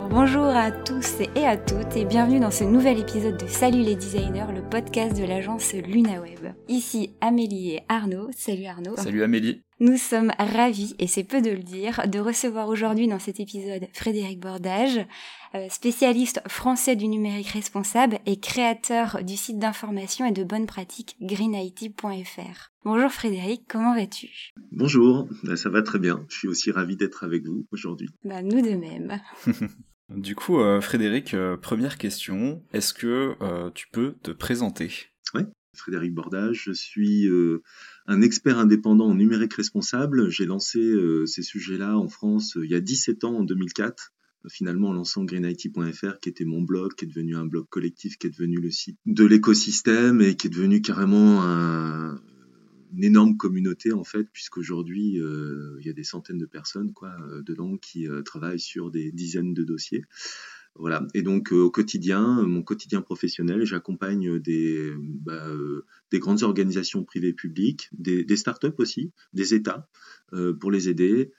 Bonjour à tous et à toutes et bienvenue dans ce nouvel épisode de Salut les designers, le podcast de l'agence LunaWeb. Ici Amélie et Arnaud. Salut Arnaud. Salut Amélie. Nous sommes ravis, et c'est peu de le dire, de recevoir aujourd'hui dans cet épisode Frédéric Bordage, spécialiste français du numérique responsable et créateur du site d'information et de bonnes pratiques greenIT.fr. Bonjour Frédéric, comment vas-tu ? Bonjour, ça va très bien. Je suis aussi ravi d'être avec vous aujourd'hui. Nous de même. Du coup, Frédéric, première question, est-ce que tu peux te présenter ? Oui, Frédéric Bordage, je suis un expert indépendant en numérique responsable. J'ai lancé ces sujets-là en France il y a 17 ans, en 2004. Finalement, en lançant greenIT.fr, qui était mon blog, qui est devenu un blog collectif, qui est devenu le site de l'écosystème et qui est devenu carrément une énorme communauté en fait, puisqu'aujourd'hui il y a des centaines de personnes dedans qui travaillent sur des dizaines de dossiers. Voilà. Et donc au quotidien, mon quotidien professionnel, j'accompagne des grandes organisations privées publiques, des startups aussi, des États, pour les aider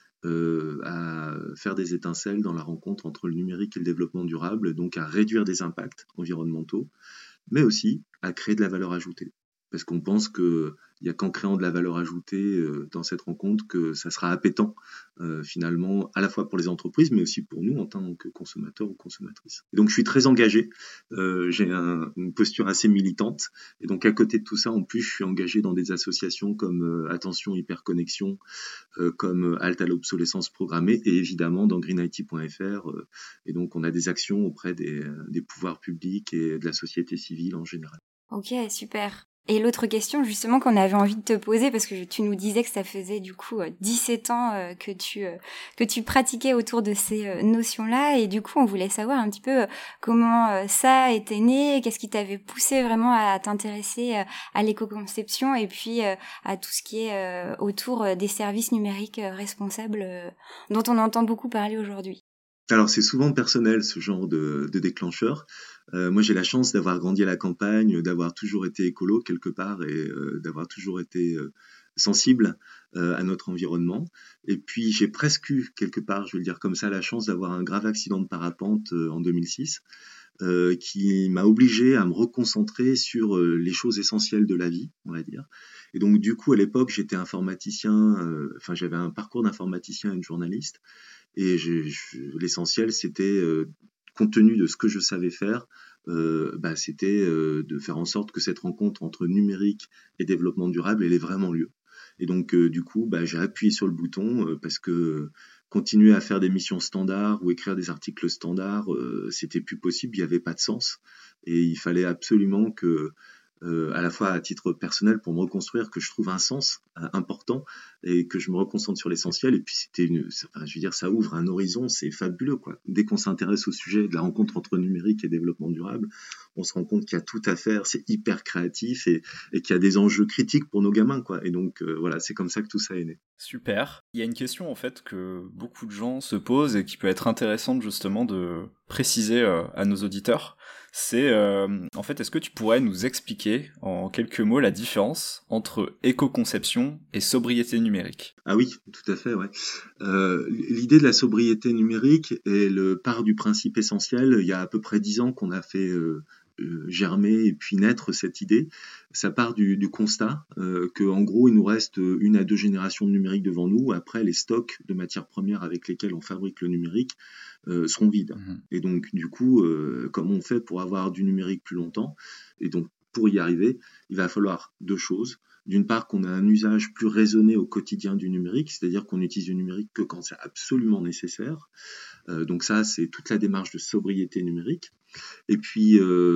à faire des étincelles dans la rencontre entre le numérique et le développement durable, donc à réduire des impacts environnementaux, mais aussi à créer de la valeur ajoutée. Parce qu'on pense qu'il n'y a qu'en créant de la valeur ajoutée dans cette rencontre que ça sera appétant finalement, à la fois pour les entreprises, mais aussi pour nous en tant que consommateurs ou consommatrices. Et donc je suis très engagé, j'ai une posture assez militante, et donc à côté de tout ça, en plus, je suis engagé dans des associations comme Attention Hyperconnexion, comme Halte à l'obsolescence programmée, et évidemment dans greenIT.fr, et donc on a des actions auprès des pouvoirs publics et de la société civile en général. Ok, super. Et l'autre question justement qu'on avait envie de te poser, parce que tu nous disais que ça faisait du coup 17 ans que tu pratiquais autour de ces notions-là, et du coup on voulait savoir un petit peu comment ça était né, qu'est-ce qui t'avait poussé vraiment à t'intéresser à l'éco-conception et puis à tout ce qui est autour des services numériques responsables dont on entend beaucoup parler aujourd'hui. Alors c'est souvent personnel ce genre de déclencheur. Moi j'ai la chance d'avoir grandi à la campagne, d'avoir toujours été écolo quelque part et d'avoir toujours été sensible à notre environnement. Et puis j'ai presque eu quelque part, je vais le dire comme ça, la chance d'avoir un grave accident de parapente en 2006 qui m'a obligé à me reconcentrer sur les choses essentielles de la vie, on va dire. Et donc du coup à l'époque j'étais informaticien, j'avais un parcours d'informaticien et de journaliste. Et l'essentiel, c'était, compte tenu de ce que je savais faire, c'était de faire en sorte que cette rencontre entre numérique et développement durable, elle ait vraiment lieu. Et donc, du coup, j'ai appuyé sur le bouton parce que continuer à faire des missions standards ou écrire des articles standards, c'était plus possible, il n'y avait pas de sens. Et il fallait absolument que à la fois à titre personnel pour me reconstruire, que je trouve un sens important et que je me reconcentre sur l'essentiel. Et puis ça ouvre un horizon, c'est fabuleux quoi. Dès qu'on s'intéresse au sujet de la rencontre entre numérique et développement durable, on se rend compte qu'il y a tout à faire, c'est hyper créatif et qu'il y a des enjeux critiques pour nos gamins quoi. Et donc voilà, c'est comme ça que tout ça est né. Super. Il y a une question en fait que beaucoup de gens se posent et qui peut être intéressante justement de préciser à nos auditeurs. C'est en fait, est-ce que tu pourrais nous expliquer en quelques mots la différence entre éco-conception et sobriété numérique ? Ah oui, tout à fait, ouais. L'idée de la sobriété numérique, elle part du principe essentiel. Il y a à peu près 10 ans qu'on a fait germer et puis naître cette idée. Ça part du constat que en gros il nous reste 1 à 2 générations de numérique devant nous. Après, les stocks de matières premières avec lesquels on fabrique le numérique seront vides. Et donc du coup, comment on fait pour avoir du numérique plus longtemps ? Et donc pour y arriver, il va falloir 2 choses. D'une part, qu'on a un usage plus raisonné au quotidien du numérique, c'est-à-dire qu'on utilise le numérique que quand c'est absolument nécessaire. Donc ça, c'est toute la démarche de sobriété numérique. Et puis,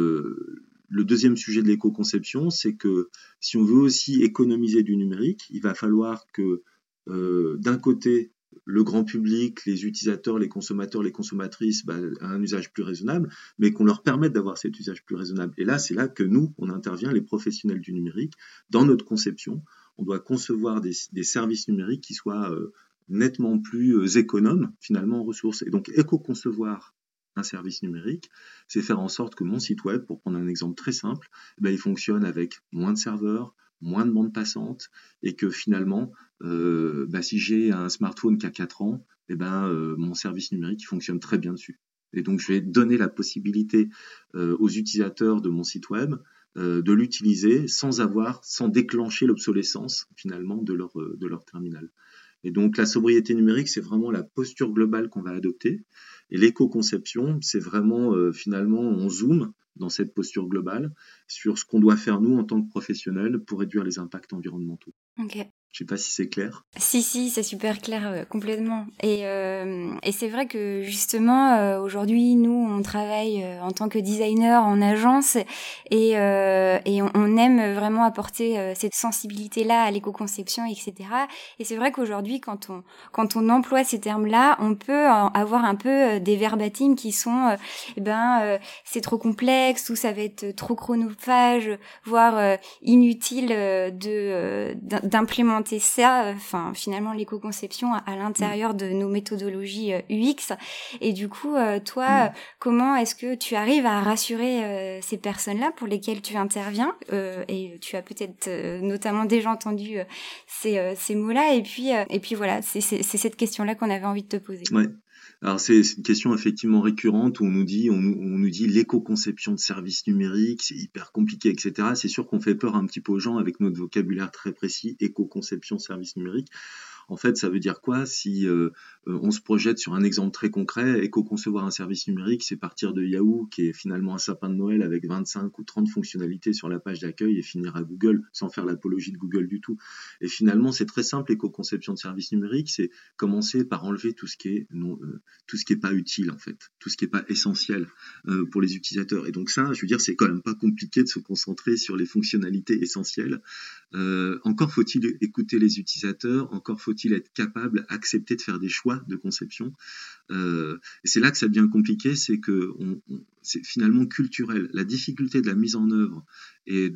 le deuxième sujet de l'éco-conception, c'est que si on veut aussi économiser du numérique, il va falloir que, d'un côté, le grand public, les utilisateurs, les consommateurs, les consommatrices, aient un usage plus raisonnable, mais qu'on leur permette d'avoir cet usage plus raisonnable. Et là, c'est là que nous, on intervient, les professionnels du numérique, dans notre conception. On doit concevoir des services numériques qui soient nettement plus économes, finalement, en ressources. Et donc, éco-concevoir un service numérique, c'est faire en sorte que mon site web, pour prendre un exemple très simple, il fonctionne avec moins de serveurs, moins de bandes passantes, et que finalement, si j'ai un smartphone qui a 4 ans, mon service numérique il fonctionne très bien dessus. Et donc, je vais donner la possibilité aux utilisateurs de mon site web de l'utiliser sans déclencher l'obsolescence finalement de leur terminal. Et donc, la sobriété numérique, c'est vraiment la posture globale qu'on va adopter. Et l'éco-conception, c'est vraiment, finalement, on zoome dans cette posture globale sur ce qu'on doit faire, nous, en tant que professionnels, pour réduire les impacts environnementaux. Ok. Je sais pas si c'est clair. Si, c'est super clair, complètement. Et c'est vrai que justement, aujourd'hui, nous, on travaille en tant que designer en agence et on aime vraiment apporter cette sensibilité-là à l'éco-conception, etc. Et c'est vrai qu'aujourd'hui, quand on emploie ces termes-là, on peut avoir un peu des verbatims qui sont, c'est trop complexe ou ça va être trop chronophage, voire inutile d'implémenter ça, finalement l'éco-conception à l'intérieur de nos méthodologies UX. Et du coup, toi, comment est-ce que tu arrives à rassurer ces personnes-là pour lesquelles tu interviens, et tu as peut-être notamment déjà entendu ces mots-là, et puis voilà, c'est cette question-là qu'on avait envie de te poser. Ouais. Alors c'est une question effectivement récurrente où on nous dit l'éco-conception de services numériques, c'est hyper compliqué, etc. C'est sûr qu'on fait peur un petit peu aux gens avec notre vocabulaire très précis, éco-conception de services numériques. En fait, ça veut dire quoi si on se projette sur un exemple très concret? Éco-concevoir un service numérique, c'est partir de Yahoo, qui est finalement un sapin de Noël avec 25 ou 30 fonctionnalités sur la page d'accueil, et finir à Google, sans faire l'apologie de Google du tout. Et finalement, c'est très simple, éco-conception de service numérique, c'est commencer par enlever tout ce qui est pas utile, en fait, tout ce qui est pas essentiel pour les utilisateurs. Et donc ça, je veux dire, c'est quand même pas compliqué de se concentrer sur les fonctionnalités essentielles. Encore faut-il écouter les utilisateurs, encore faut-il être capable, accepter de faire des choix de conception. Et c'est là que ça devient compliqué, c'est que c'est finalement culturel. La difficulté de la mise en œuvre et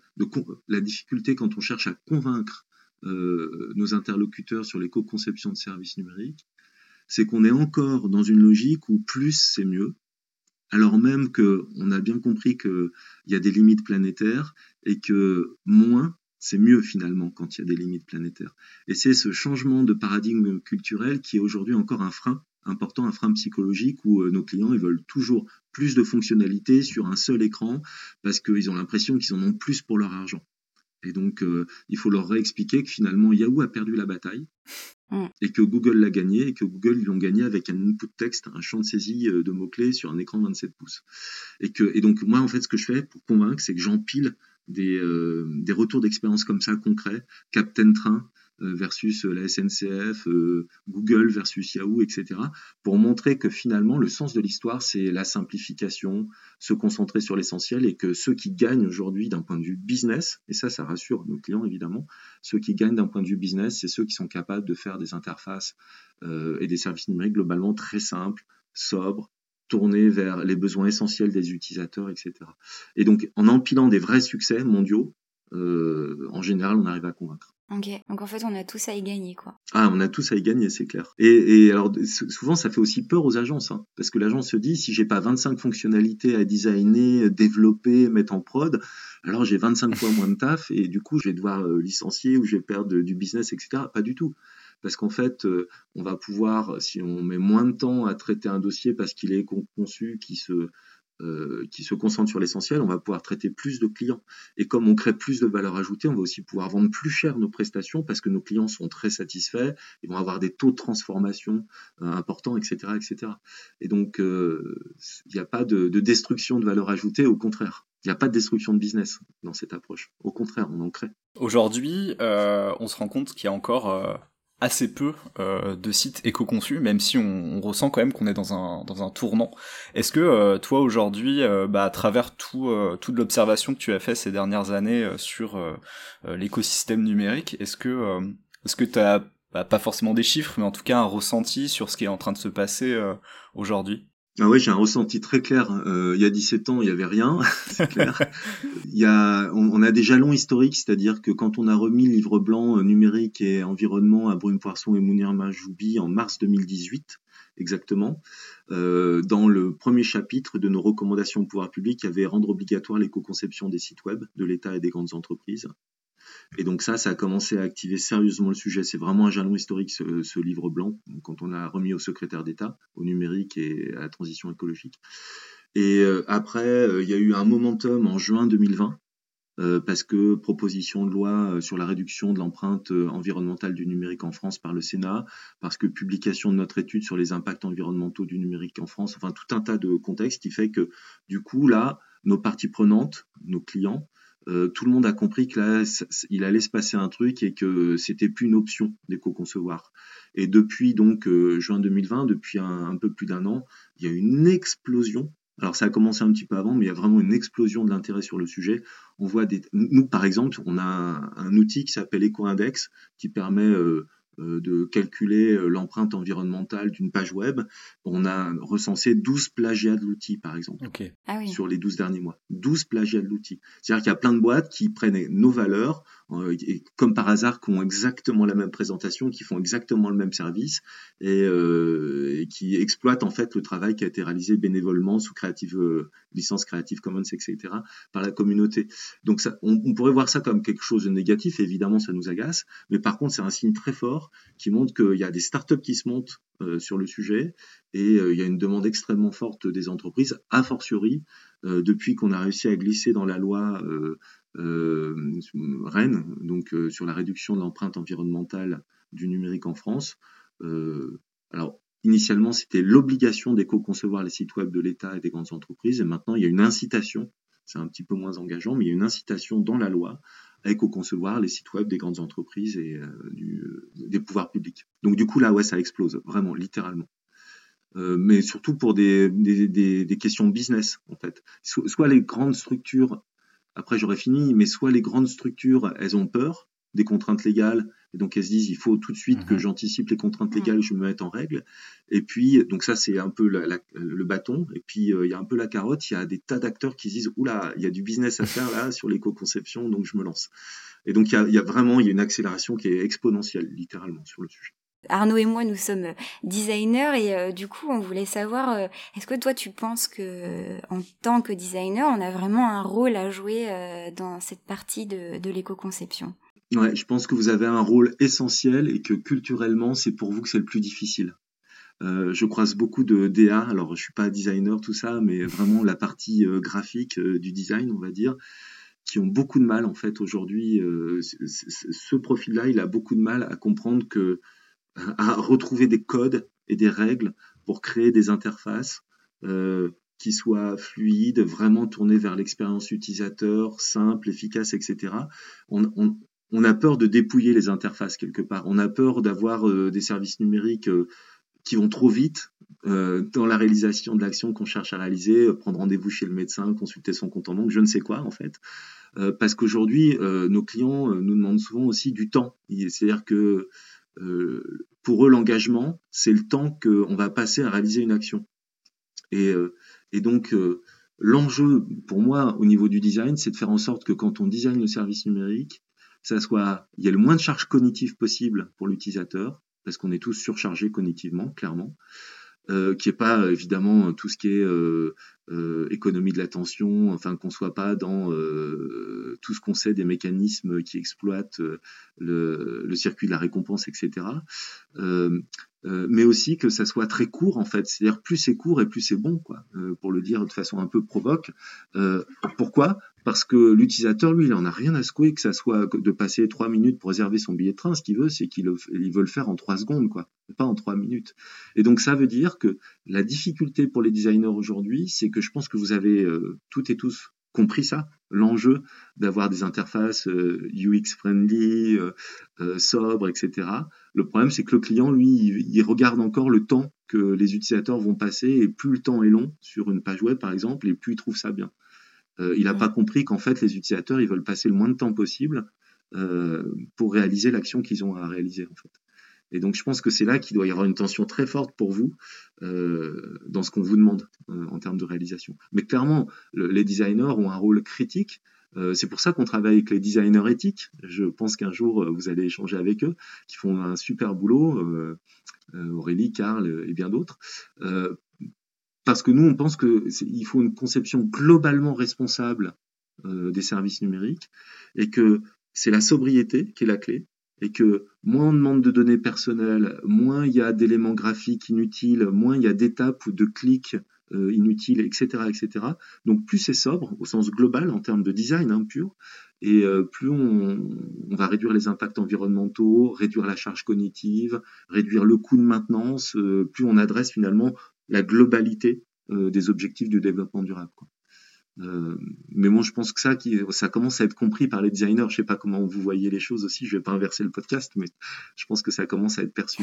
la difficulté quand on cherche à convaincre nos interlocuteurs sur l'éco-conception de services numériques, c'est qu'on est encore dans une logique où plus c'est mieux, alors même qu'on a bien compris qu'il y a des limites planétaires et que moins c'est mieux finalement quand il y a des limites planétaires. Et c'est ce changement de paradigme culturel qui est aujourd'hui encore un frein important, un frein psychologique où nos clients ils veulent toujours plus de fonctionnalités sur un seul écran parce qu'ils ont l'impression qu'ils en ont plus pour leur argent. Et donc, il faut leur réexpliquer que finalement, Yahoo a perdu la bataille et que Google l'a gagné et que Google, ils l'ont gagné avec un input texte, un champ de saisie de mots-clés sur un écran de 27 pouces. Et donc, moi, en fait, ce que je fais pour convaincre, c'est que j'empile des retours d'expérience comme ça concrets, Captain Train versus la SNCF, Google versus Yahoo, etc., pour montrer que finalement, le sens de l'histoire, c'est la simplification, se concentrer sur l'essentiel, et que ceux qui gagnent aujourd'hui d'un point de vue business, et ça rassure nos clients évidemment, ceux qui gagnent d'un point de vue business, c'est ceux qui sont capables de faire des interfaces et des services numériques globalement très simples, sobres, tournés vers les besoins essentiels des utilisateurs, etc. Et donc, en empilant des vrais succès mondiaux, en général, on arrive à convaincre. Ok, donc en fait, on a tous à y gagner, quoi. Ah, on a tous à y gagner, c'est clair. Et alors, souvent, ça fait aussi peur aux agences, hein, parce que l'agence se dit, si j'ai pas 25 fonctionnalités à designer, développer, mettre en prod, alors j'ai 25 fois moins de taf, et du coup, je vais devoir licencier ou je vais perdre du business, etc. Pas du tout. Parce qu'en fait, on va pouvoir, si on met moins de temps à traiter un dossier parce qu'il est conçu, qui se concentre sur l'essentiel, on va pouvoir traiter plus de clients. Et comme on crée plus de valeur ajoutée, on va aussi pouvoir vendre plus cher nos prestations parce que nos clients sont très satisfaits, ils vont avoir des taux de transformation importants, etc., etc. Et donc, il n'y a pas de destruction de valeur ajoutée, au contraire. Il n'y a pas de destruction de business dans cette approche. Au contraire, on en crée. Aujourd'hui, on se rend compte qu'il y a encore assez peu de sites éco-conçus, même si on ressent quand même qu'on est dans un tournant. Est-ce que toi aujourd'hui, à travers toute l'observation que tu as fait ces dernières années sur l'écosystème numérique, est-ce que tu as pas forcément des chiffres, mais en tout cas un ressenti sur ce qui est en train de se passer aujourd'hui? Ah oui, j'ai un ressenti très clair. Il y a 17 ans, il n'y avait rien, c'est clair. On a des jalons historiques, c'est-à-dire que quand on a remis le livre blanc numérique et environnement à Brune Poisson et Mounir Mahjoubi en mars 2018, exactement, dans le premier chapitre de nos recommandations au pouvoir public, il y avait rendre obligatoire l'éco-conception des sites web de l'État et des grandes entreprises. Et donc ça a commencé à activer sérieusement le sujet. C'est vraiment un jalon historique, ce livre blanc, quand on l'a remis au secrétaire d'État, au numérique et à la transition écologique. Et après, il y a eu un momentum en juin 2020, parce que proposition de loi sur la réduction de l'empreinte environnementale du numérique en France par le Sénat, parce que publication de notre étude sur les impacts environnementaux du numérique en France, enfin tout un tas de contextes qui fait que du coup là, nos parties prenantes, nos clients, tout le monde a compris que là, il allait se passer un truc et que c'était plus une option d'éco-concevoir. Et depuis donc juin 2020, depuis un peu plus d'un an, il y a une explosion. Alors ça a commencé un petit peu avant, mais il y a vraiment une explosion de l'intérêt sur le sujet. On voit nous par exemple, on a un outil qui s'appelle EcoIndex qui permet de calculer l'empreinte environnementale d'une page web. On a recensé 12 plagiats de l'outil par exemple. Ok. Ah oui. Sur les 12 derniers mois. 12 plagiats de l'outil. C'est-à-dire qu'il y a plein de boîtes qui prennent nos valeurs, et comme par hasard, qui ont exactement la même présentation, qui font exactement le même service, et qui exploitent en fait le travail qui a été réalisé bénévolement sous licence Creative Commons, etc., par la communauté. Donc ça, on pourrait voir ça comme quelque chose de négatif, évidemment ça nous agace, mais par contre c'est un signe très fort qui montre qu'il y a des startups qui se montent sur le sujet, et il y a une demande extrêmement forte des entreprises, a fortiori depuis qu'on a réussi à glisser dans la loi REEN, donc sur la réduction de l'empreinte environnementale du numérique en France. Alors initialement c'était l'obligation d'éco-concevoir les sites web de l'État et des grandes entreprises, et maintenant il y a une incitation, c'est un petit peu moins engageant, mais il y a une incitation dans la loi à éco-concevoir les sites web des grandes entreprises et des pouvoirs publics. Donc du coup là, ouais, ça explose, vraiment, littéralement. Mais surtout pour des questions business, en fait. Soit les grandes structures, après j'aurais fini, mais soit les grandes structures, elles ont peur des contraintes légales, et donc elles se disent il faut tout de suite que j'anticipe les contraintes légales, je me mette en règle. Et puis, donc ça c'est un peu le bâton, et puis il y a un peu la carotte, il y a des tas d'acteurs qui se disent oula, il y a du business à faire là sur l'éco-conception, donc je me lance. Et donc il y a vraiment une accélération qui est exponentielle, littéralement, sur le sujet. Arnaud et moi, nous sommes designers et du coup, on voulait savoir, est-ce que toi, tu penses que en tant que designer, on a vraiment un rôle à jouer dans cette partie de l'éco-conception ? Ouais, je pense que vous avez un rôle essentiel et que culturellement, c'est pour vous que c'est le plus difficile. Je croise beaucoup de DA, alors je suis pas designer tout ça, mais vraiment la partie graphique du design, on va dire, qui ont beaucoup de mal en fait aujourd'hui. Ce profil-là, il a beaucoup de mal à comprendre à retrouver des codes et des règles pour créer des interfaces qui soient fluides, vraiment tournées vers l'expérience utilisateur, simple, efficace, etc. On a peur de dépouiller les interfaces quelque part. On a peur d'avoir des services numériques qui vont trop vite dans la réalisation de l'action qu'on cherche à réaliser, prendre rendez-vous chez le médecin, consulter son compte en banque, je ne sais quoi en fait. Parce qu'aujourd'hui, nos clients nous demandent souvent aussi du temps. C'est-à-dire que pour eux, l'engagement, c'est le temps qu'on va passer à réaliser une action. Et donc, l'enjeu, pour moi, au niveau du design, c'est de faire en sorte que quand on design le service numérique, il y ait le moins de charge cognitive possible pour l'utilisateur, parce qu'on est tous surchargés cognitivement, clairement. Qui est pas évidemment tout ce qui est économie de l'attention, enfin qu'on soit pas dans tout ce qu'on sait des mécanismes qui exploitent le circuit de la récompense, etc. Mais aussi que ça soit très court en fait, c'est-à-dire plus c'est court et plus c'est bon, quoi, pour le dire de façon un peu provoque. Pourquoi ? Parce que l'utilisateur, lui, il en a rien à secouer que ça soit de passer 3 minutes pour réserver son billet de train. Ce qu'il veut, c'est qu'il veut le faire en 3 secondes, quoi, pas en 3 minutes. Et donc ça veut dire que la difficulté pour les designers aujourd'hui, c'est que je pense que vous avez toutes et tous compris ça, l'enjeu d'avoir des interfaces UX friendly, sobres, etc. Le problème, c'est que le client, lui, il regarde encore le temps que les utilisateurs vont passer, et plus le temps est long sur une page web, par exemple, et plus il trouve ça bien. Il n'a pas compris qu'en fait, les utilisateurs, ils veulent passer le moins de temps possible pour réaliser l'action qu'ils ont à réaliser, en fait. Et donc, je pense que c'est là qu'il doit y avoir une tension très forte pour vous dans ce qu'on vous demande en termes de réalisation. Mais clairement, les designers ont un rôle critique. C'est pour ça qu'on travaille avec les designers éthiques. Je pense qu'un jour, vous allez échanger avec eux, qui font un super boulot, Aurélie, Karl et bien d'autres. Parce que nous, on pense qu'il faut une conception globalement responsable des services numériques, et que c'est la sobriété qui est la clé, et que moins on demande de données personnelles, moins il y a d'éléments graphiques inutiles, moins il y a d'étapes ou de clics inutiles, etc., etc. Donc plus c'est sobre, au sens global, en termes de design pur, et plus on va réduire les impacts environnementaux, réduire la charge cognitive, réduire le coût de maintenance, plus on adresse finalement la globalité des objectifs du développement durable, quoi. Mais moi, je pense que ça commence à être compris par les designers. Je sais pas comment vous voyez les choses aussi. Je vais pas inverser le podcast, mais je pense que ça commence à être perçu.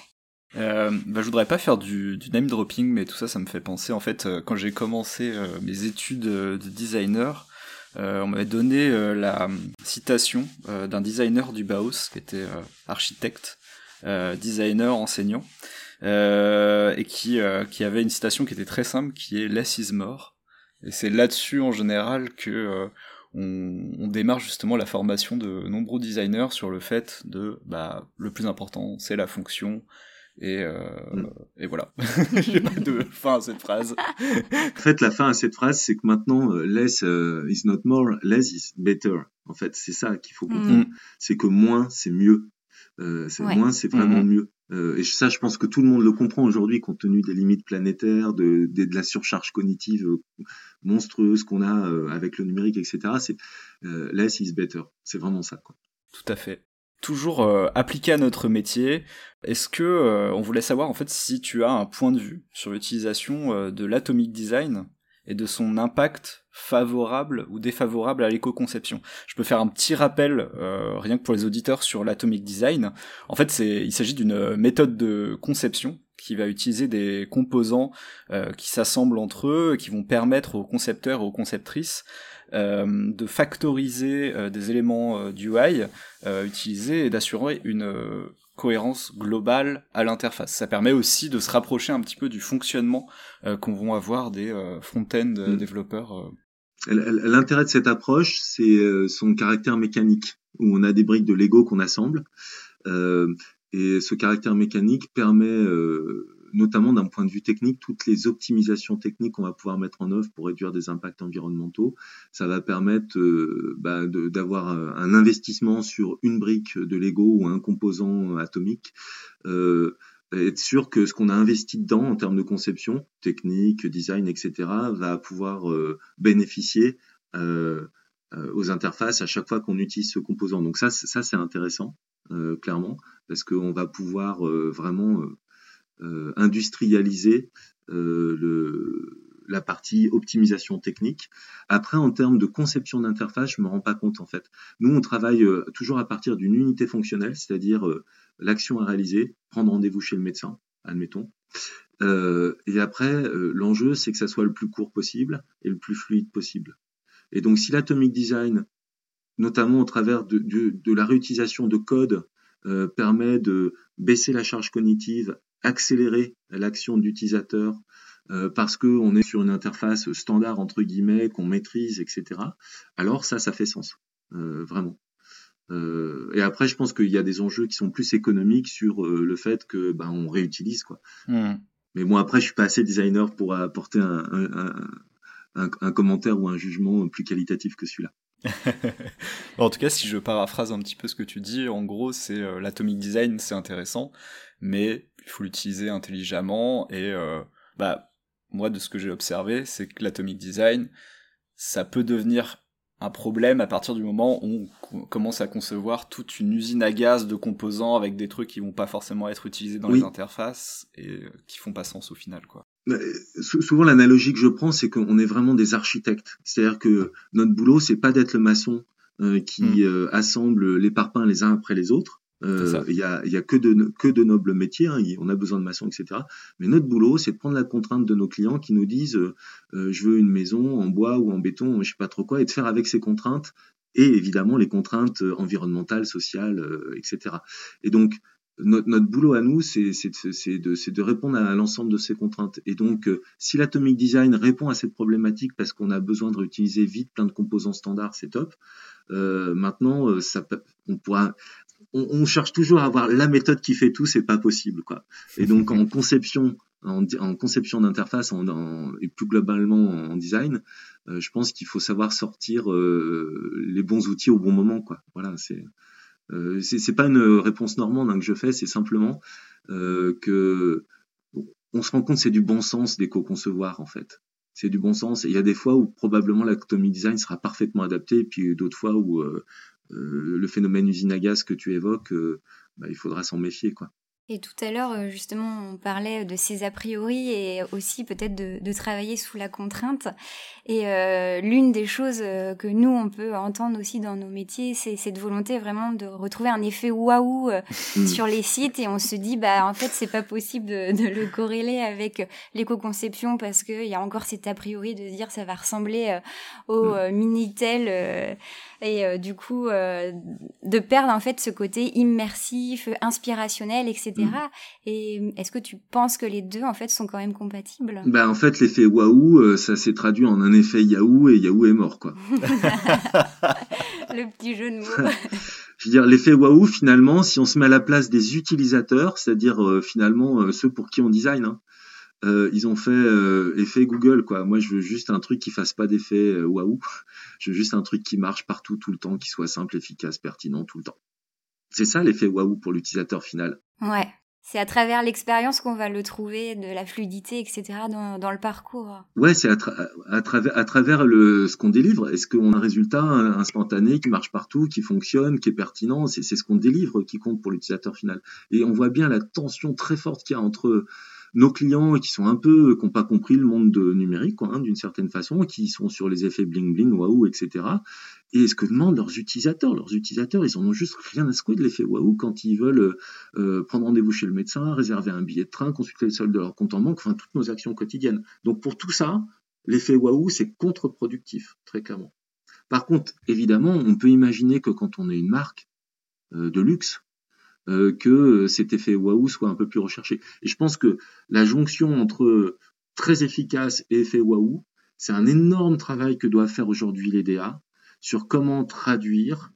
Je voudrais pas faire du name dropping, mais tout ça, ça me fait penser, en fait, quand j'ai commencé mes études de designer, on m'avait donné la citation d'un designer du Bauhaus, qui était architecte, designer, enseignant, et qui avait une citation qui était très simple, qui est « Less is more ». Et c'est là-dessus, en général, que on démarre justement la formation de nombreux designers sur le fait de, le plus important, c'est la fonction, et voilà. J'ai pas de fin à cette phrase. En fait, la fin à cette phrase, c'est que maintenant, less is not more, less is better. En fait, c'est ça qu'il faut comprendre. C'est que moins, c'est mieux. Moins, c'est vraiment mieux. Et ça, je pense que tout le monde le comprend aujourd'hui, compte tenu des limites planétaires, de la surcharge cognitive monstrueuse qu'on a avec le numérique, etc. C'est less is better. C'est vraiment ça, quoi. Tout à fait. Toujours appliqué à notre métier, est-ce que on voulait savoir en fait si tu as un point de vue sur l'utilisation de l'atomic design et de son impact favorable ou défavorable à l'éco-conception. Je peux faire un petit rappel, rien que pour les auditeurs, sur l'atomic design. En fait, il s'agit d'une méthode de conception qui va utiliser des composants qui s'assemblent entre eux, et qui vont permettre aux concepteurs et aux conceptrices de factoriser des éléments du UI utilisés et d'assurer une cohérence globale à l'interface. Ça permet aussi de se rapprocher un petit peu du fonctionnement qu'on va avoir des front-end développeurs. L'intérêt de cette approche, c'est son caractère mécanique, où on a des briques de Lego qu'on assemble, et ce caractère mécanique permet, notamment d'un point de vue technique, toutes les optimisations techniques qu'on va pouvoir mettre en œuvre pour réduire des impacts environnementaux. Ça va permettre d'avoir un investissement sur une brique de Lego ou un composant atomique, être sûr que ce qu'on a investi dedans en termes de conception, technique, design, etc., va pouvoir bénéficier aux interfaces à chaque fois qu'on utilise ce composant. Donc ça c'est intéressant, clairement, parce qu'on va pouvoir vraiment industrialiser la partie optimisation technique. Après, en termes de conception d'interface, je me rends pas compte en fait. Nous, on travaille toujours à partir d'une unité fonctionnelle, c'est-à-dire l'action à réaliser, prendre rendez-vous chez le médecin, admettons. Et après, l'enjeu, c'est que ça soit le plus court possible et le plus fluide possible. Et donc, si l'atomic design, notamment au travers de la réutilisation de code, permet de baisser la charge cognitive, accélérer l'action de l'utilisateur, parce qu'on est sur une interface standard, entre guillemets, qu'on maîtrise, etc., alors ça fait sens, vraiment. Et après, je pense qu'il y a des enjeux qui sont plus économiques sur le fait que on réutilise, quoi. Mais moi, après, je suis pas assez designer pour apporter un commentaire ou un jugement plus qualitatif que celui-là. En tout cas, si je paraphrase un petit peu ce que tu dis, en gros, c'est l'atomic design, c'est intéressant, mais il faut l'utiliser intelligemment. Et moi, de ce que j'ai observé, c'est que l'atomic design, ça peut devenir un problème à partir du moment où on commence à concevoir toute une usine à gaz de composants avec des trucs qui vont pas forcément être utilisés dans les interfaces et qui font pas sens au final, quoi. Souvent, l'analogie que je prends, c'est qu'on est vraiment des architectes. C'est-à-dire que notre boulot, c'est pas d'être le maçon qui assemble les parpaings les uns après les autres. Il y a que de nobles métiers, on a besoin de maçons, etc. Mais notre boulot, c'est de prendre la contrainte de nos clients qui nous disent je veux une maison en bois ou en béton, je sais pas trop quoi, et de faire avec ces contraintes, et évidemment les contraintes environnementales, sociales, etc. Et donc, notre boulot à nous, c'est de répondre à l'ensemble de ces contraintes. Et donc, si l'atomic design répond à cette problématique parce qu'on a besoin de réutiliser vite plein de composants standards, c'est top. Maintenant, on cherche toujours à avoir la méthode qui fait tout, c'est pas possible, quoi. Et donc, en conception en conception d'interface et plus globalement en design, je pense qu'il faut savoir sortir les bons outils au bon moment, quoi. Voilà, c'est pas une réponse normande que je fais, c'est simplement que on se rend compte que c'est du bon sens d'éco-concevoir, en fait. C'est du bon sens. Et il y a des fois où probablement l'autonomie design sera parfaitement adapté, et puis d'autres fois où le phénomène usine à gaz que tu évoques, il faudra s'en méfier, quoi. Et tout à l'heure, justement, on parlait de ces a priori et aussi peut-être de travailler sous la contrainte. Et l'une des choses que nous, on peut entendre aussi dans nos métiers, c'est cette volonté vraiment de retrouver un effet waouh sur les sites. Et on se dit, en fait, c'est pas possible de le corréler avec l'éco-conception parce qu'il y a encore cet a priori de dire ça va ressembler au Minitel. Et du coup, de perdre en fait ce côté immersif, inspirationnel, etc. Et est-ce que tu penses que les deux en fait sont quand même compatibles? En fait, l'effet waouh, ça s'est traduit en un effet Yahoo, et Yahoo est mort, quoi. Le petit jeu de mots. Je veux dire, l'effet waouh, finalement, si on se met à la place des utilisateurs, c'est-à-dire finalement ceux pour qui on design, hein, ils ont fait effet Google, quoi. Moi, je veux juste un truc qui fasse pas d'effet waouh. Je veux juste un truc qui marche partout, tout le temps, qui soit simple, efficace, pertinent, tout le temps. C'est ça l'effet waouh pour l'utilisateur final. Ouais. C'est à travers l'expérience qu'on va le trouver, de la fluidité, etc. dans le parcours. Ouais, c'est à travers ce qu'on délivre. Est-ce qu'on a un résultat instantané qui marche partout, qui fonctionne, qui est pertinent? C'est ce qu'on délivre qui compte pour l'utilisateur final. Et on voit bien la tension très forte qu'il y a entre nos clients qui sont qui n'ont pas compris le monde numérique, quoi, hein, d'une certaine façon, qui sont sur les effets bling bling, waouh, etc. Et ce que demandent leurs utilisateurs. Leurs utilisateurs, ils en ont juste rien à secouer de l'effet waouh quand ils veulent prendre rendez-vous chez le médecin, réserver un billet de train, consulter le solde de leur compte en banque, enfin toutes nos actions quotidiennes. Donc pour tout ça, l'effet waouh, c'est contre-productif, très clairement. Par contre, évidemment, on peut imaginer que quand on est une marque de luxe, que cet effet waouh soit un peu plus recherché. Et je pense que la jonction entre très efficace et effet waouh, c'est un énorme travail que doivent faire aujourd'hui les DA sur comment traduire,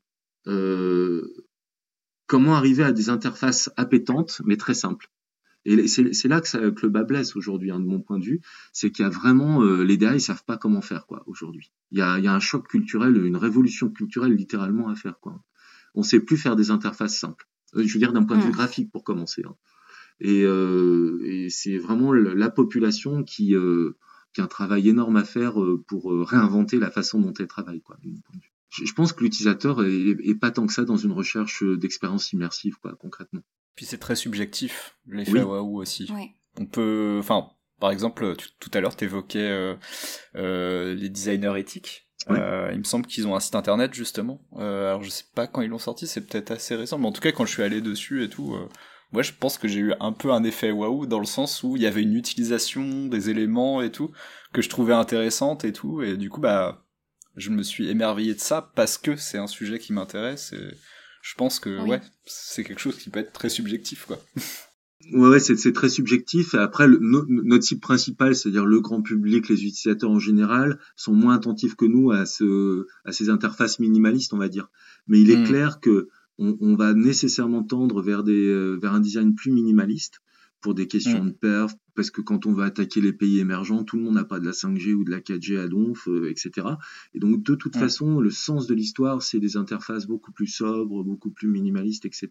comment arriver à des interfaces appétantes, mais très simples. Et c'est là que le bas blesse aujourd'hui, hein, de mon point de vue, c'est qu'il y a vraiment les DA, ils savent pas comment faire, quoi, aujourd'hui. Il y a un choc culturel, une révolution culturelle littéralement à faire, quoi. On sait plus faire des interfaces simples. Je veux dire d'un point de vue graphique pour commencer, hein. Et c'est vraiment la population qui a un travail énorme à faire pour réinventer la façon dont elle travaille, quoi, de mon point de vue. Je pense que l'utilisateur est pas tant que ça dans une recherche d'expérience immersive, quoi, concrètement. Puis c'est très subjectif, l'effet waouh aussi. Ouais. On peut, par exemple, tout à l'heure t'évoquais les designers éthiques. Ouais. Il me semble qu'ils ont un site internet justement. Alors je sais pas quand ils l'ont sorti, c'est peut-être assez récent, mais en tout cas quand je suis allé dessus et tout, moi je pense que j'ai eu un peu un effet waouh dans le sens où il y avait une utilisation des éléments et tout que je trouvais intéressante et tout, et du coup je me suis émerveillé de ça parce que c'est un sujet qui m'intéresse et je pense que c'est quelque chose qui peut être très subjectif, quoi. Ouais, c'est très subjectif. Et après, notre cible principale, c'est-à-dire le grand public, les utilisateurs en général, sont moins attentifs que nous à ces interfaces minimalistes, on va dire. Mais il est clair que on va nécessairement tendre vers un design plus minimaliste pour des questions de perf, parce que quand on va attaquer les pays émergents, tout le monde n'a pas de la 5G ou de la 4G à donf, etc. Et donc, de toute façon, le sens de l'histoire, c'est des interfaces beaucoup plus sobres, beaucoup plus minimalistes, etc.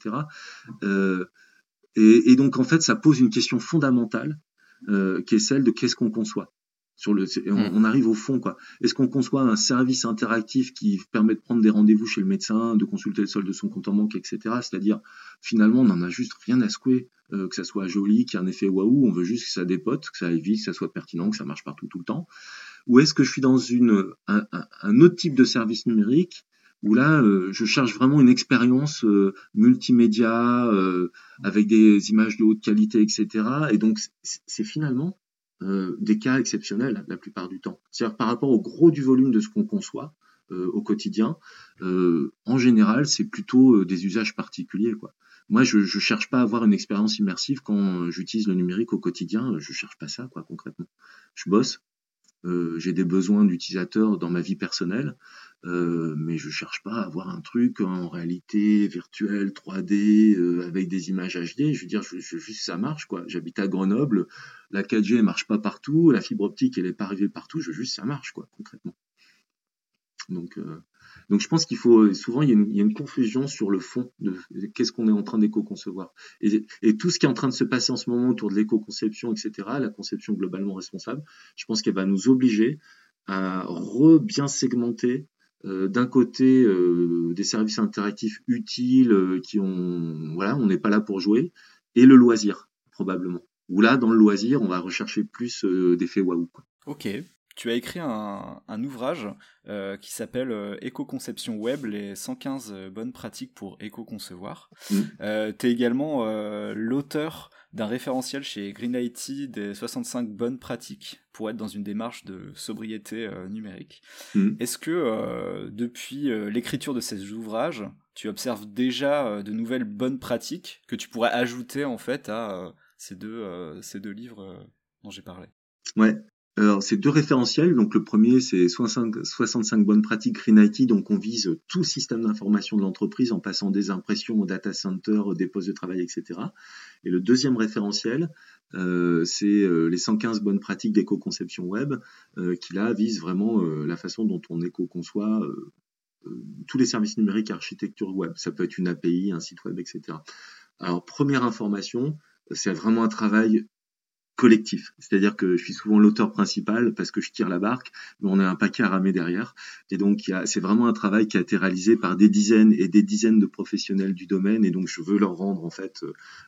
Et donc, en fait, ça pose une question fondamentale, qui est celle de qu'est-ce qu'on conçoit. On arrive au fond, quoi. Est-ce qu'on conçoit un service interactif qui permet de prendre des rendez-vous chez le médecin, de consulter le solde de son compte en banque, etc. C'est-à-dire, finalement, on n'en a juste rien à secouer, que ça soit joli, qu'il y ait un effet waouh, on veut juste que ça dépote, que ça aille vite, que ça soit pertinent, que ça marche partout tout le temps. Ou est-ce que je suis dans un autre type de service numérique où là, je cherche vraiment une expérience multimédia, avec des images de haute qualité, etc. Et donc, c'est finalement des cas exceptionnels la plupart du temps. C'est-à-dire par rapport au gros du volume de ce qu'on conçoit au quotidien, en général, c'est plutôt des usages particuliers, quoi. Moi, je cherche pas à avoir une expérience immersive quand j'utilise le numérique au quotidien. Je cherche pas ça, quoi, concrètement. Je bosse. J'ai des besoins d'utilisateurs dans ma vie personnelle. mais je cherche pas à avoir un truc en réalité virtuelle 3D avec des images HD. Je veux dire, juste ça marche quoi. J'habite à Grenoble, la 4G elle marche pas partout, la fibre optique elle est pas arrivée partout. Je veux juste ça marche quoi concrètement. Donc je pense qu'il faut souvent il y a une confusion sur le fond de qu'est-ce qu'on est en train d'éco-concevoir et tout ce qui est en train de se passer en ce moment autour de l'éco-conception, etc. La conception globalement responsable, je pense qu'elle va nous obliger à bien segmenter d'un côté des services interactifs utiles on n'est pas là pour jouer, et le loisir probablement. Où là dans le loisir on va rechercher plus d'effets waouh. Ok. Tu as écrit un ouvrage qui s'appelle Éco-conception web, les 115 bonnes pratiques pour éco-concevoir. Tu es également l'auteur d'un référentiel chez Green IT des 65 bonnes pratiques pour être dans une démarche de sobriété numérique. Est-ce que depuis l'écriture de ces ouvrages, tu observes déjà de nouvelles bonnes pratiques que tu pourrais ajouter en fait à ces deux livres dont j'ai parlé? Ouais. Alors, c'est deux référentiels. Donc, le premier, c'est 65 bonnes pratiques Green IT. Donc, on vise tout le système d'information de l'entreprise en passant des impressions au data center, des postes de travail, etc. Et le deuxième référentiel, c'est les 115 bonnes pratiques d'éco-conception web, qui là vise vraiment la façon dont on éco-conçoit tous les services numériques et architecture web. Ça peut être une API, un site web, etc. Alors, première information, c'est vraiment un travail collectif. C'est-à-dire que je suis souvent l'auteur principal parce que je tire la barque, mais on a un paquet à ramer derrière. Et donc, c'est vraiment un travail qui a été réalisé par des dizaines et des dizaines de professionnels du domaine. Et donc, je veux leur rendre, en fait,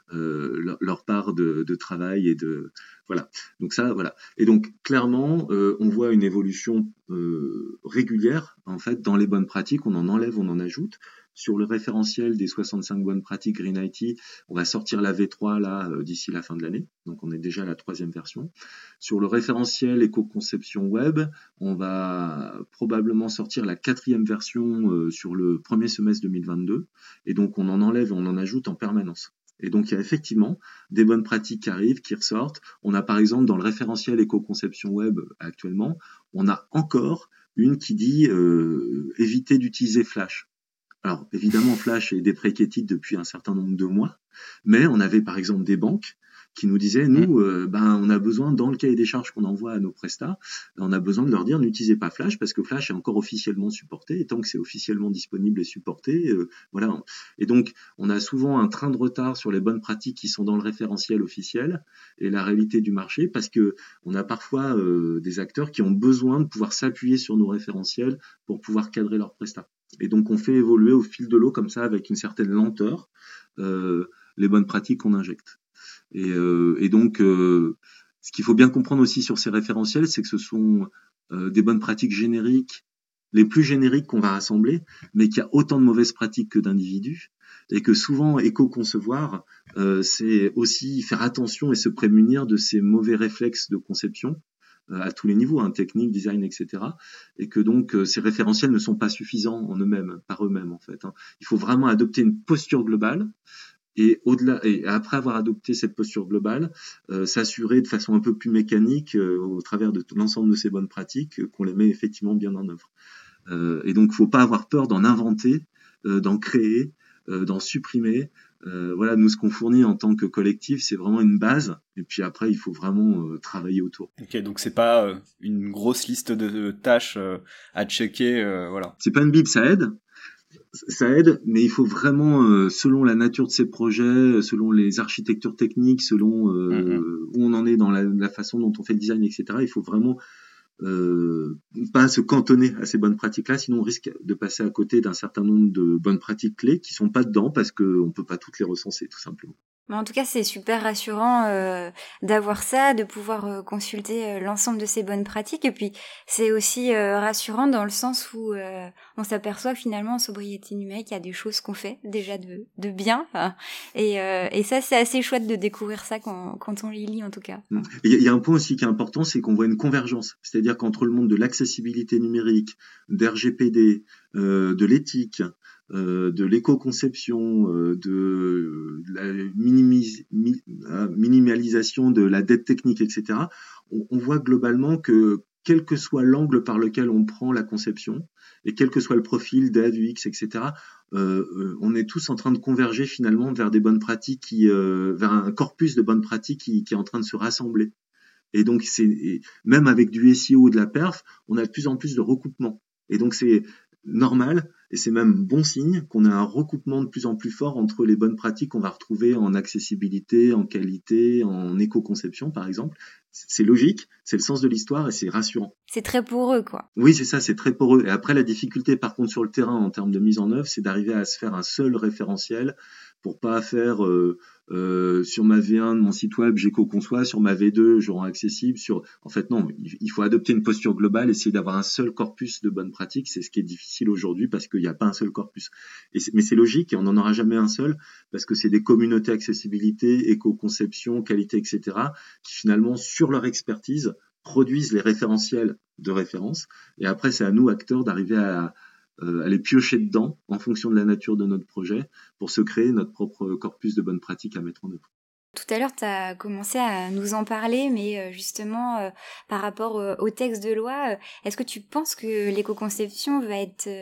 leur part de travail et de, voilà. Donc ça, voilà. Et donc, clairement, on voit une évolution régulière, en fait, dans les bonnes pratiques. On en enlève, on en ajoute. Sur le référentiel des 65 bonnes pratiques Green IT, on va sortir la V3 là d'ici la fin de l'année. Donc on est déjà à la 3e version. Sur le référentiel éco-conception web, on va probablement sortir la 4e version sur le premier semestre 2022. Et donc on en enlève et on en ajoute en permanence. Et donc il y a effectivement des bonnes pratiques qui arrivent, qui ressortent. On a par exemple dans le référentiel éco-conception web actuellement, on a encore une qui dit éviter d'utiliser Flash. Alors, évidemment, Flash est deprecated depuis un certain nombre de mois, mais on avait par exemple des banques qui nous disaient, nous, on a besoin, dans le cahier des charges qu'on envoie à nos prestats, on a besoin de leur dire, n'utilisez pas Flash parce que Flash est encore officiellement supporté, et tant que c'est officiellement disponible et supporté, voilà. Et donc, on a souvent un train de retard sur les bonnes pratiques qui sont dans le référentiel officiel et la réalité du marché, parce que on a parfois des acteurs qui ont besoin de pouvoir s'appuyer sur nos référentiels pour pouvoir cadrer leurs prestats. Et donc, on fait évoluer au fil de l'eau, comme ça, avec une certaine lenteur, les bonnes pratiques qu'on injecte. Et donc, ce qu'il faut bien comprendre aussi sur ces référentiels, c'est que ce sont des bonnes pratiques génériques, les plus génériques qu'on va rassembler, mais qu'il y a autant de mauvaises pratiques que d'individus, et que souvent, éco-concevoir, c'est aussi faire attention et se prémunir de ces mauvais réflexes de conception, à tous les niveaux, technique, design, etc. Et que donc ces référentiels ne sont pas suffisants en eux-mêmes, par eux-mêmes en fait. Il faut vraiment adopter une posture globale et au-delà, et après avoir adopté cette posture globale, s'assurer de façon un peu plus mécanique, au travers de l'ensemble de ces bonnes pratiques, qu'on les met effectivement bien en œuvre. Et donc, il ne faut pas avoir peur d'en inventer, d'en créer, d'en supprimer. Voilà, nous, ce qu'on fournit en tant que collectif, c'est vraiment une base. Et puis après, il faut vraiment travailler autour. Ok, donc c'est pas une grosse liste de tâches à checker, voilà. C'est pas une bible, ça aide. Ça aide, mais il faut vraiment, selon la nature de ces projets, selon les architectures techniques, selon où on en est dans la façon dont on fait le design, etc., il faut vraiment pas se cantonner à ces bonnes pratiques-là, sinon on risque de passer à côté d'un certain nombre de bonnes pratiques clés qui sont pas dedans parce qu'on peut pas toutes les recenser, tout simplement. Mais en tout cas, c'est super rassurant d'avoir ça, de pouvoir consulter l'ensemble de ces bonnes pratiques. Et puis, c'est aussi rassurant dans le sens où on s'aperçoit que finalement, en sobriété numérique, il y a des choses qu'on fait déjà de bien. Et ça, c'est assez chouette de découvrir ça quand on les lit, en tout cas. Il y a un point aussi qui est important, c'est qu'on voit une convergence. C'est-à-dire qu'entre le monde de l'accessibilité numérique, d'RGPD, de l'éthique, de l'éco-conception, de la minimalisation de la dette technique, etc., on voit globalement que quel que soit l'angle par lequel on prend la conception, Et quel que soit le profil, dev, UX, etc., on est tous en train de converger finalement vers des bonnes pratiques, vers un corpus de bonnes pratiques qui est en train de se rassembler. Et donc, même avec du SEO ou de la perf, on a de plus en plus de recoupements. Et donc, c'est normal, et c'est même bon signe qu'on a un recoupement de plus en plus fort entre les bonnes pratiques qu'on va retrouver en accessibilité, en qualité, en éco-conception, par exemple. C'est logique, c'est le sens de l'histoire et c'est rassurant. C'est très poreux, quoi. Oui, c'est ça, c'est très poreux. Et après, la difficulté, par contre, sur le terrain, en termes de mise en œuvre, c'est d'arriver à se faire un seul référentiel pour pas faire sur ma V1 de mon site web, j'éco-conçois, sur ma V2, je rends accessible. En fait, non, il faut adopter une posture globale, essayer d'avoir un seul corpus de bonnes pratiques. C'est ce qui est difficile aujourd'hui parce qu'il n'y a pas un seul corpus. Mais c'est logique et on n'en aura jamais un seul parce que c'est des communautés accessibilité, éco-conception, qualité, etc., qui finalement, sur leur expertise, produisent les référentiels de référence. Et après, c'est à nous, acteurs, d'arriver à les piocher dedans en fonction de la nature de notre projet pour se créer notre propre corpus de bonnes pratiques à mettre en œuvre. Tout à l'heure, tu as commencé à nous en parler, mais justement, par rapport au texte de loi, est-ce que tu penses que l'éco-conception va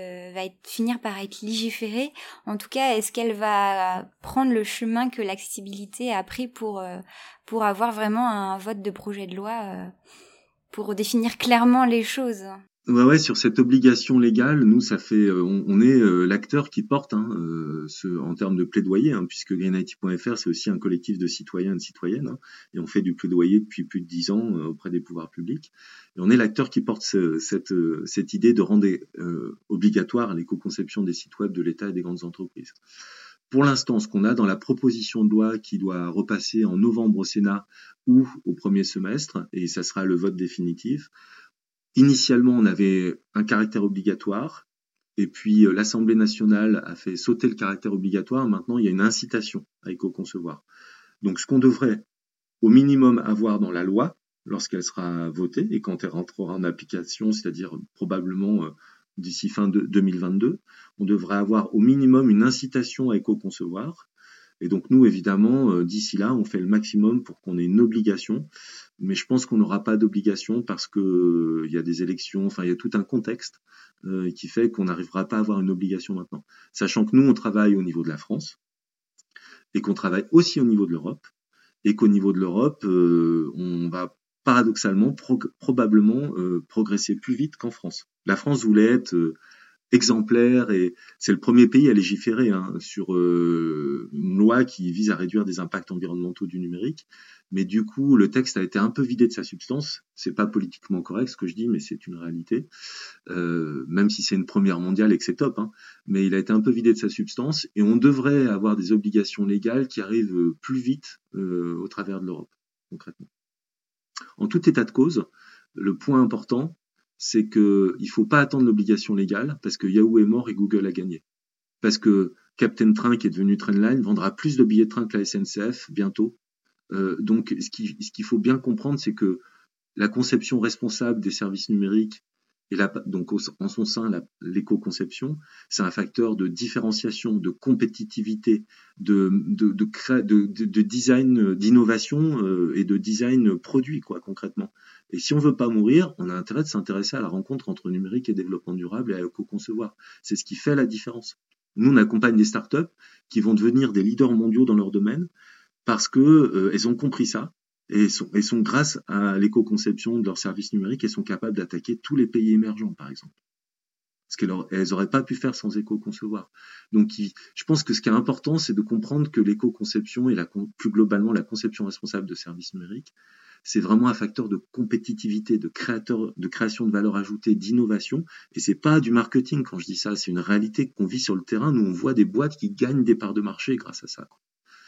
finir par être légiférée ? En tout cas, est-ce qu'elle va prendre le chemin que l'accessibilité a pris pour avoir vraiment un vote de projet de loi pour définir clairement les choses ? Ouais, sur cette obligation légale, nous, ça fait, on est l'acteur qui porte en termes de plaidoyer, puisque greenIT.fr, c'est aussi un collectif de citoyens et de citoyennes, et on fait du plaidoyer depuis plus de 10 ans auprès des pouvoirs publics. Et on est l'acteur qui porte cette idée de rendre obligatoire l'éco-conception des sites web de l'État et des grandes entreprises. Pour l'instant, ce qu'on a dans la proposition de loi qui doit repasser en novembre au Sénat ou au premier semestre, et ça sera le vote définitif. Initialement, on avait un caractère obligatoire, et puis l'Assemblée nationale a fait sauter le caractère obligatoire. Maintenant, il y a une incitation à éco-concevoir. Donc, ce qu'on devrait au minimum avoir dans la loi, lorsqu'elle sera votée, et quand elle rentrera en application, c'est-à-dire probablement d'ici fin 2022, on devrait avoir au minimum une incitation à éco-concevoir. Et donc nous, évidemment, d'ici là, on fait le maximum pour qu'on ait une obligation. Mais je pense qu'on n'aura pas d'obligation parce que il y a des élections, enfin il y a tout un contexte qui fait qu'on n'arrivera pas à avoir une obligation maintenant. Sachant que nous, on travaille au niveau de la France et qu'on travaille aussi au niveau de l'Europe et qu'au niveau de l'Europe, on va paradoxalement probablement progresser plus vite qu'en France. La France voulait être exemplaire et c'est le premier pays à légiférer sur une loi qui vise à réduire des impacts environnementaux du numérique. Mais du coup, le texte a été un peu vidé de sa substance. C'est pas politiquement correct ce que je dis, mais c'est une réalité. Même si c'est une première mondiale et que c'est top, mais il a été un peu vidé de sa substance et on devrait avoir des obligations légales qui arrivent plus vite au travers de l'Europe, concrètement. En tout état de cause, le point important, c'est que il faut pas attendre l'obligation légale parce que Yahoo est mort et Google a gagné. Parce que Captain Train, qui est devenu Trainline, vendra plus de billets de train que la SNCF bientôt. Donc, ce qu'il faut bien comprendre, c'est que la conception responsable des services numériques et donc en son sein l'éco-conception, c'est un facteur de différenciation, de compétitivité, de design, d'innovation et de design produit, quoi, concrètement. Et si on veut pas mourir, on a intérêt de s'intéresser à la rencontre entre numérique et développement durable et à l'éco-concevoir. C'est ce qui fait la différence. Nous, on accompagne des startups qui vont devenir des leaders mondiaux dans leur domaine parce que elles ont compris ça. Et sont grâce à l'éco-conception de leurs services numériques, elles sont capables d'attaquer tous les pays émergents, par exemple. Ce qu'elles n'auraient pas pu faire sans éco-concevoir. Donc, je pense que ce qui est important, c'est de comprendre que l'éco-conception et plus globalement la conception responsable de services numériques, c'est vraiment un facteur de compétitivité, de création de valeur ajoutée, d'innovation. Et c'est pas du marketing quand je dis ça, c'est une réalité qu'on vit sur le terrain. Nous, on voit des boîtes qui gagnent des parts de marché grâce à ça, quoi.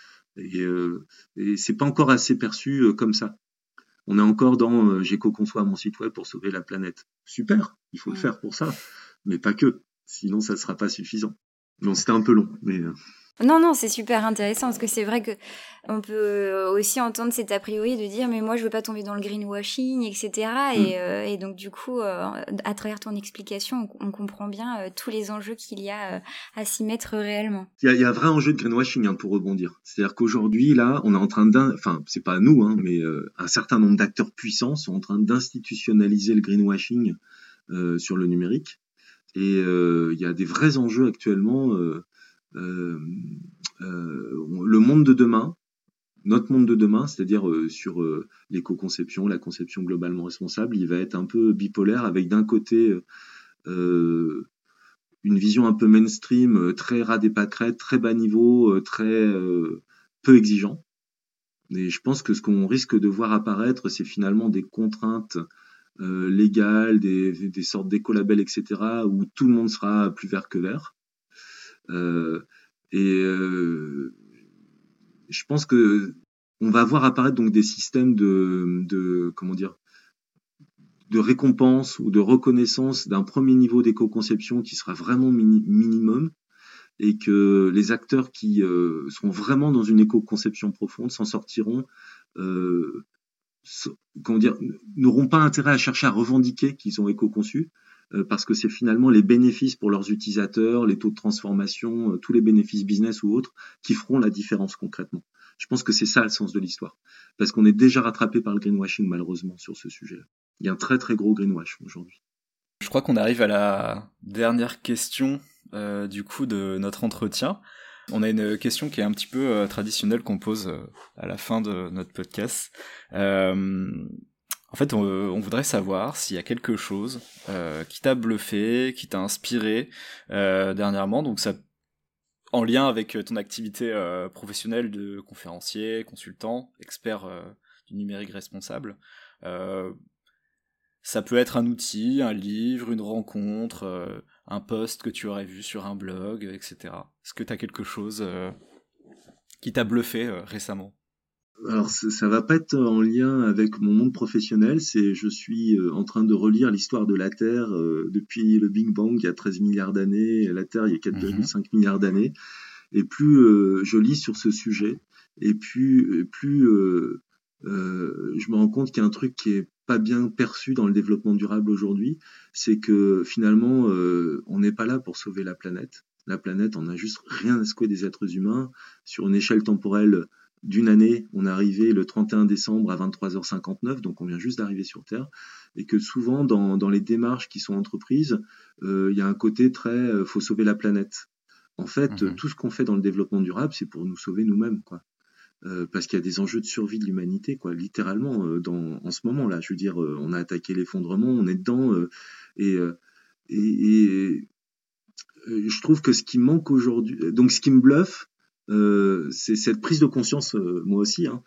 Et c'est pas encore assez perçu comme ça. On est encore dans j'éco-conçois mon site web pour sauver la planète. Super, il faut le faire pour ça, mais pas que. Sinon, ça sera pas suffisant. Non, c'était un peu long, mais. Non, c'est super intéressant parce que c'est vrai que on peut aussi entendre cet a priori de dire mais moi je veux pas tomber dans le greenwashing, etc. Et donc du coup, à travers ton explication, on comprend bien tous les enjeux qu'il y a à s'y mettre réellement. Il y a un vrai enjeu de greenwashing pour rebondir. C'est-à-dire qu'aujourd'hui là, on est en train enfin c'est pas nous, mais un certain nombre d'acteurs puissants sont en train d'institutionnaliser le greenwashing sur le numérique. Et il y a des vrais enjeux actuellement. Le monde de demain, notre monde de demain, c'est-à-dire sur l'éco-conception, la conception globalement responsable, il va être un peu bipolaire avec d'un côté une vision un peu mainstream, très ras des pâquerettes, très bas niveau, très peu exigeant. Et je pense que ce qu'on risque de voir apparaître, c'est finalement des contraintes légales, des sortes d'écolabels, etc., où tout le monde sera plus vert que vert. Je pense que on va voir apparaître donc des systèmes de comment dire, de récompense ou de reconnaissance d'un premier niveau d'éco-conception qui sera vraiment minimum, et que les acteurs qui seront vraiment dans une éco-conception profonde s'en sortiront, comment dire, n'auront pas intérêt à chercher à revendiquer qu'ils ont éco-conçu, parce que c'est finalement les bénéfices pour leurs utilisateurs, les taux de transformation, tous les bénéfices business ou autres qui feront la différence concrètement. Je pense que c'est ça le sens de l'histoire, parce qu'on est déjà rattrapé par le greenwashing malheureusement sur ce sujet-là. Il y a un très très gros greenwash aujourd'hui. Je crois qu'on arrive à la dernière question du coup de notre entretien. On a une question qui est un petit peu traditionnelle qu'on pose à la fin de notre podcast. En fait, on voudrait savoir s'il y a quelque chose qui t'a bluffé, qui t'a inspiré dernièrement. Donc ça, en lien avec ton activité professionnelle de conférencier, consultant, expert du numérique responsable. Ça peut être un outil, un livre, une rencontre, un post que tu aurais vu sur un blog, etc. Est-ce que tu as quelque chose qui t'a bluffé récemment ? Alors ça va pas être en lien avec mon monde professionnel, je suis en train de relire l'histoire de la Terre depuis le Big Bang il y a 13 milliards d'années, la Terre il y a 4,5 milliards d'années, et plus je lis sur ce sujet, et plus je me rends compte qu'il y a un truc qui est pas bien perçu dans le développement durable aujourd'hui, c'est que finalement on n'est pas là pour sauver la planète. La planète, on n'a juste rien à secouer des êtres humains. Sur une échelle temporelle d'une année, on est arrivé le 31 décembre à 23h59, donc on vient juste d'arriver sur Terre, et que souvent dans les démarches qui sont entreprises, il y a un côté très faut sauver la planète. En fait, tout ce qu'on fait dans le développement durable, c'est pour nous sauver nous-mêmes, quoi. Parce qu'il y a des enjeux de survie de l'humanité, quoi, littéralement, en ce moment là. Je veux dire, on a attaqué l'effondrement, on est dedans, et je trouve que ce qui manque aujourd'hui, donc ce qui me bluffe, c'est cette prise de conscience, moi aussi, hein,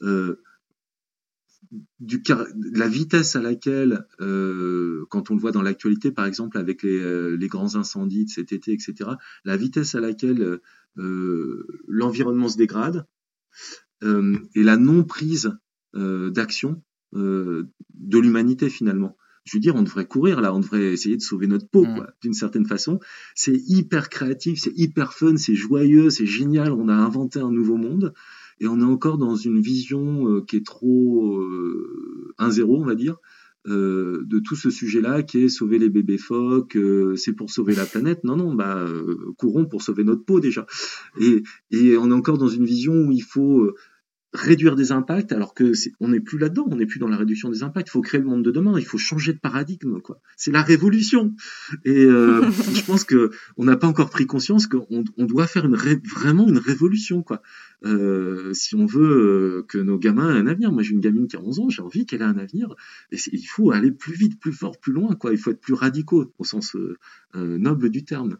la vitesse à laquelle, quand on le voit dans l'actualité, par exemple avec les grands incendies de cet été, etc., la vitesse à laquelle l'environnement se dégrade, et la non-prise d'action de l'humanité finalement. Je veux dire, on devrait courir là, on devrait essayer de sauver notre peau, quoi, d'une certaine façon. C'est hyper créatif, c'est hyper fun, c'est joyeux, c'est génial, on a inventé un nouveau monde, et on est encore dans une vision qui est trop 1-0, on va dire, de tout ce sujet-là, qui est sauver les bébés phoques, c'est pour sauver la planète. Non, courons pour sauver notre peau déjà. Et on est encore dans une vision où il faut réduire des impacts, alors que on n'est plus là-dedans, on n'est plus dans la réduction des impacts. Il faut créer le monde de demain, il faut changer de paradigme, quoi. C'est la révolution. Et je pense que on n'a pas encore pris conscience qu'on doit faire vraiment une révolution, quoi. Si on veut que nos gamins aient un avenir. Moi, j'ai une gamine qui a 11 ans, j'ai envie qu'elle ait un avenir. Et il faut aller plus vite, plus fort, plus loin, quoi. Il faut être plus radicaux au sens noble du terme.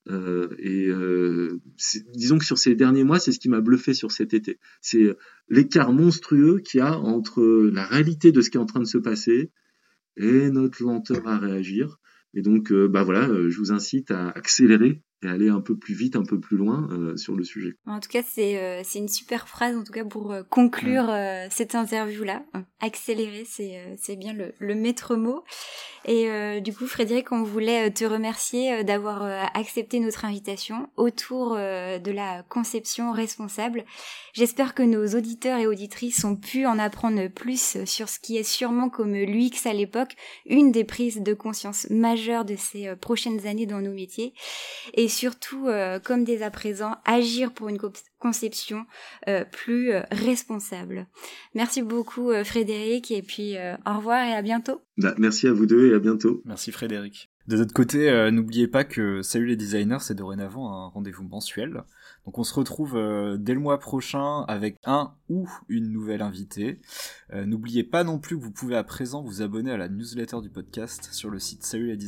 Disons que sur ces derniers mois, c'est ce qui m'a bluffé sur cet été. C'est l'écart monstrueux qu'il y a entre la réalité de ce qui est en train de se passer et notre lenteur à réagir. Et donc, voilà, je vous incite à accélérer et aller un peu plus vite, un peu plus loin sur le sujet. En tout cas, c'est une super phrase, en tout cas, pour conclure cette interview-là. Accélérer, c'est bien le maître mot. Et du coup, Frédéric, on voulait te remercier d'avoir accepté notre invitation autour de la conception responsable. J'espère que nos auditeurs et auditrices ont pu en apprendre plus sur ce qui est sûrement, comme l'UX à l'époque, une des prises de conscience majeures de ces prochaines années dans nos métiers. Et surtout, comme dès à présent, agir pour une conception plus responsable. Merci beaucoup Frédéric, et puis au revoir et à bientôt. Merci à vous deux et à bientôt. Merci Frédéric. De notre côté, n'oubliez pas que Salut les designers, c'est dorénavant un rendez-vous mensuel. Donc on se retrouve dès le mois prochain avec un ou une nouvelle invitée. N'oubliez pas non plus que vous pouvez à présent vous abonner à la newsletter du podcast sur le site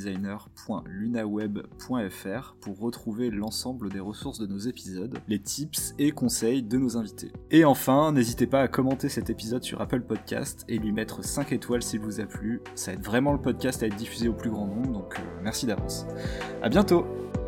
salutlesdesigners.lunaweb.fr pour retrouver l'ensemble des ressources de nos épisodes, les tips et conseils de nos invités. Et enfin, n'hésitez pas à commenter cet épisode sur Apple Podcast et lui mettre 5 étoiles s'il vous a plu. Ça aide vraiment le podcast à être diffusé au plus grand nombre, donc merci d'avance. À bientôt!